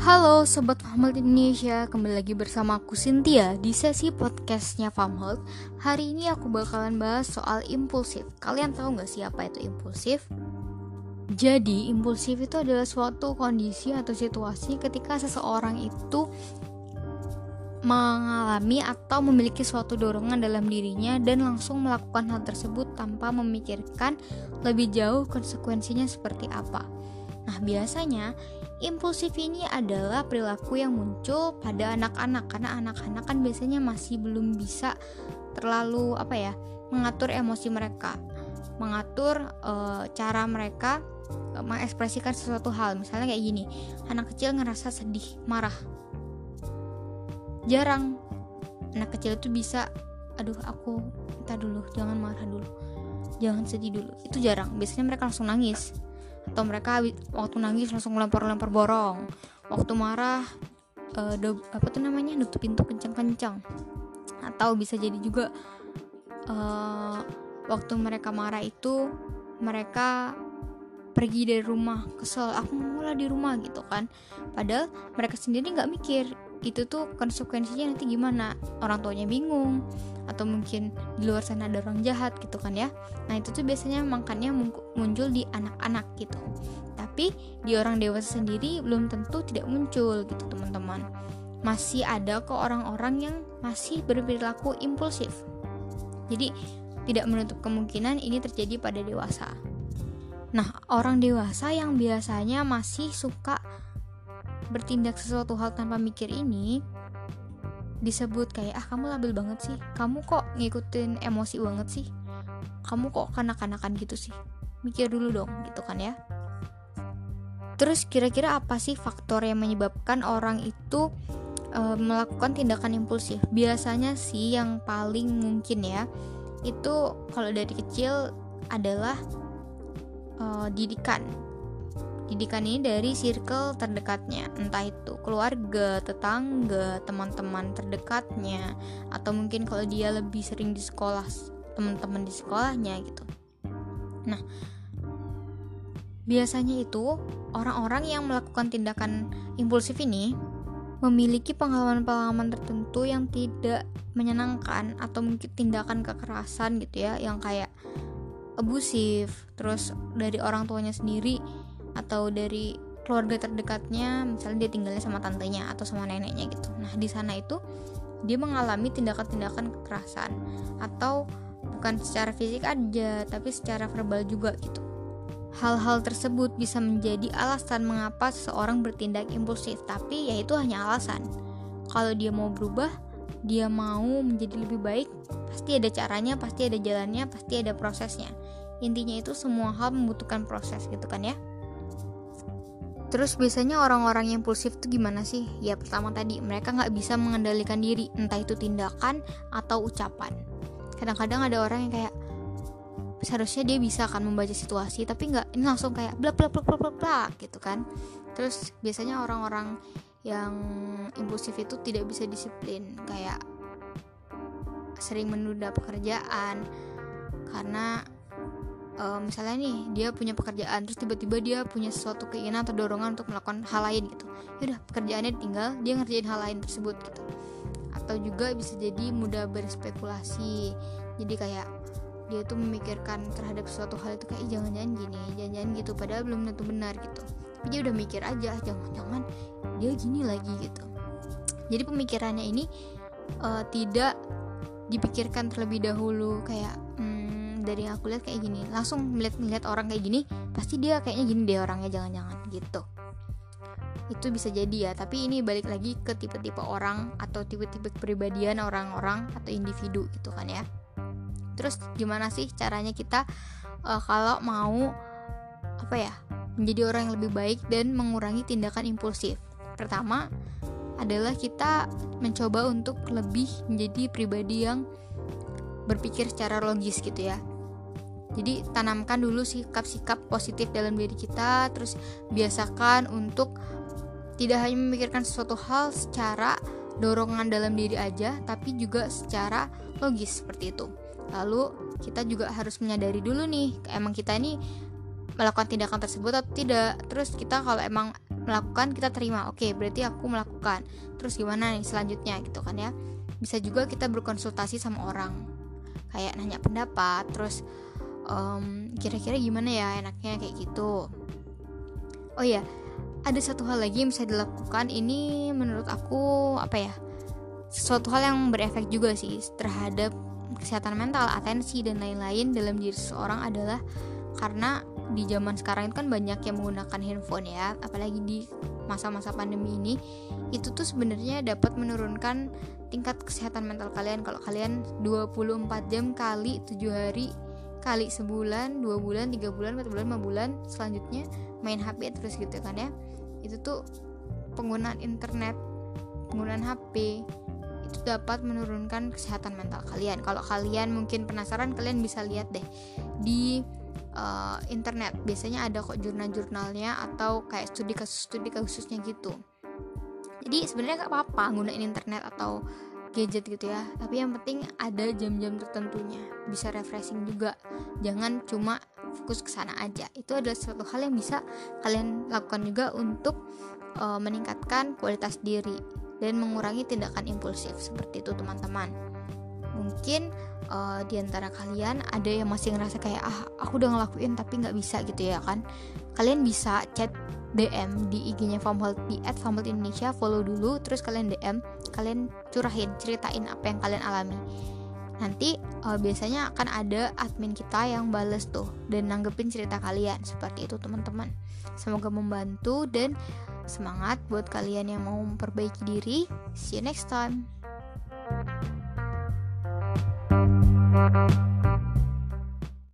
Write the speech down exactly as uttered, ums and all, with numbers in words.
Halo Sobat Famhealth Indonesia, kembali lagi bersama aku Cynthia di sesi podcastnya Famhealth. Hari ini aku bakalan bahas soal impulsif. Kalian tahu gak sih apa itu impulsif? Jadi impulsif itu adalah suatu kondisi atau situasi ketika seseorang itu mengalami atau memiliki suatu dorongan dalam dirinya dan langsung melakukan hal tersebut tanpa memikirkan lebih jauh konsekuensinya seperti apa. Nah, biasanya impulsif ini adalah perilaku yang muncul pada anak-anak, karena anak-anak kan biasanya masih belum bisa terlalu apa ya, mengatur emosi mereka, mengatur e, cara mereka e, mengekspresikan sesuatu hal. Misalnya kayak gini, anak kecil ngerasa sedih, marah. Jarang anak kecil itu bisa, aduh aku minta dulu, jangan marah dulu, jangan sedih dulu. Itu jarang. Biasanya mereka langsung nangis. Atau mereka waktu nangis langsung lempar-lempar borong, waktu marah uh, do, apa tuh namanya nutup pintu kencang-kencang. Atau bisa jadi juga uh, waktu mereka marah itu mereka pergi dari rumah, kesel, aku mau lah di rumah gitu kan. Padahal mereka sendiri nggak mikir itu tuh konsekuensinya nanti gimana, orang tuanya bingung, atau mungkin di luar sana ada orang jahat gitu kan ya. Nah itu tuh biasanya makanya muncul di anak-anak gitu. Tapi di orang dewasa sendiri belum tentu tidak muncul gitu teman-teman. Masih ada kok orang-orang yang masih berperilaku impulsif. Jadi tidak menutup kemungkinan ini terjadi pada dewasa. Nah orang dewasa yang biasanya masih suka bertindak sesuatu hal tanpa mikir ini disebut kayak, ah kamu labil banget sih, kamu kok ngikutin emosi banget sih, kamu kok kanak-kanakan gitu sih, mikir dulu dong gitu kan ya. Terus kira-kira apa sih faktor yang menyebabkan orang itu e, melakukan tindakan impulsif? Biasanya sih yang paling mungkin ya itu kalau dari kecil adalah e, didikan Didikan ini dari circle terdekatnya, entah itu keluarga, tetangga, teman-teman terdekatnya, atau mungkin kalau dia lebih sering di sekolah, teman-teman di sekolahnya gitu. Nah, biasanya itu orang-orang yang melakukan tindakan impulsif ini memiliki pengalaman-pengalaman tertentu yang tidak menyenangkan, atau mungkin tindakan kekerasan gitu ya, yang kayak abusif, terus dari orang tuanya sendiri atau dari keluarga terdekatnya, misalnya dia tinggalnya sama tantenya atau sama neneknya gitu. Nah di sana itu dia mengalami tindakan-tindakan kekerasan, atau bukan secara fisik aja tapi secara verbal juga gitu. Hal-hal tersebut bisa menjadi alasan mengapa seseorang bertindak impulsif, tapi ya itu hanya alasan. Kalau dia mau berubah, dia mau menjadi lebih baik, pasti ada caranya, pasti ada jalannya, pasti ada prosesnya. Intinya itu semua hal membutuhkan proses gitu kan ya. Terus biasanya orang-orang yang impulsif itu gimana sih? Ya pertama tadi, mereka gak bisa mengendalikan diri, entah itu tindakan atau ucapan. Kadang-kadang ada orang yang kayak, seharusnya dia bisa kan membaca situasi, tapi gak, ini langsung kayak blak blak blak blak blak blak gitu kan. Terus biasanya orang-orang yang impulsif itu tidak bisa disiplin, kayak sering menunda pekerjaan karena Uh, misalnya nih dia punya pekerjaan, terus tiba-tiba dia punya sesuatu keinginan atau dorongan untuk melakukan hal lain gitu. Yaudah pekerjaannya tinggal, dia ngerjain hal lain tersebut gitu. Atau juga bisa jadi mudah berspekulasi. Jadi kayak dia tuh memikirkan terhadap suatu hal itu kayak jangan-jangan gini, jangan-jangan gitu, padahal belum tentu benar gitu. Tapi dia udah mikir aja, jangan-jangan dia gini lagi gitu. Jadi pemikirannya ini uh, tidak dipikirkan terlebih dahulu, kayak hmm, dari yang aku lihat kayak gini, langsung melihat-melihat orang kayak gini, pasti dia kayaknya gini deh orangnya, jangan-jangan gitu. Itu bisa jadi ya, tapi ini balik lagi ke tipe-tipe orang atau tipe-tipe kepribadian orang-orang atau individu gitu kan ya. Terus gimana sih caranya kita uh, kalau mau apa ya, menjadi orang yang lebih baik dan mengurangi tindakan impulsif? Pertama adalah kita mencoba untuk lebih menjadi pribadi yang berpikir secara logis gitu ya. Jadi tanamkan dulu sikap-sikap positif dalam diri kita, terus biasakan untuk tidak hanya memikirkan sesuatu hal secara dorongan dalam diri aja, tapi juga secara logis seperti itu. Lalu kita juga harus menyadari dulu nih, emang kita ini melakukan tindakan tersebut atau tidak. Terus kita kalau emang melakukan, kita terima, oke, berarti aku melakukan. Terus gimana nih selanjutnya gitu kan ya. Bisa juga kita berkonsultasi sama orang, kayak nanya pendapat, terus um, kira-kira gimana ya enaknya kayak gitu. Oh ya, ada satu hal lagi yang bisa dilakukan. Ini menurut aku apa ya, sesuatu hal yang berefek juga sih terhadap kesehatan mental, atensi dan lain-lain dalam diri seseorang adalah karena di zaman sekarang itu kan banyak yang menggunakan handphone ya, apalagi di masa-masa pandemi ini. Itu tuh sebenarnya dapat menurunkan tingkat kesehatan mental kalian kalau kalian dua puluh empat jam kali tujuh hari kali sebulan, dua bulan, tiga bulan, empat bulan, lima bulan selanjutnya main H P terus gitu kan ya. Itu tuh penggunaan internet, penggunaan H P itu dapat menurunkan kesehatan mental kalian. Kalau kalian mungkin penasaran, kalian bisa lihat deh di uh, internet. Biasanya ada kok jurnal-jurnalnya atau kayak studi kasus-studi kasusnya gitu. Jadi sebenarnya gak apa-apa gunain internet atau gadget gitu ya, tapi yang penting ada jam-jam tertentunya, bisa refreshing juga. Jangan cuma fokus ke sana aja. Itu adalah suatu hal yang bisa kalian lakukan juga untuk uh, meningkatkan kualitas diri dan mengurangi tindakan impulsif seperti itu teman-teman. Mungkin uh, di antara kalian ada yang masih ngerasa kayak ah aku udah ngelakuin tapi nggak bisa gitu ya kan. Kalian bisa chat D M di I G-nya Farmhold di et farmhold indonesia, follow dulu, terus kalian D M, kalian curahin, ceritain apa yang kalian alami. Nanti uh, biasanya akan ada admin kita yang bales tuh dan nanggepin cerita kalian. Seperti itu teman-teman. Semoga membantu dan semangat buat kalian yang mau memperbaiki diri. See you next time.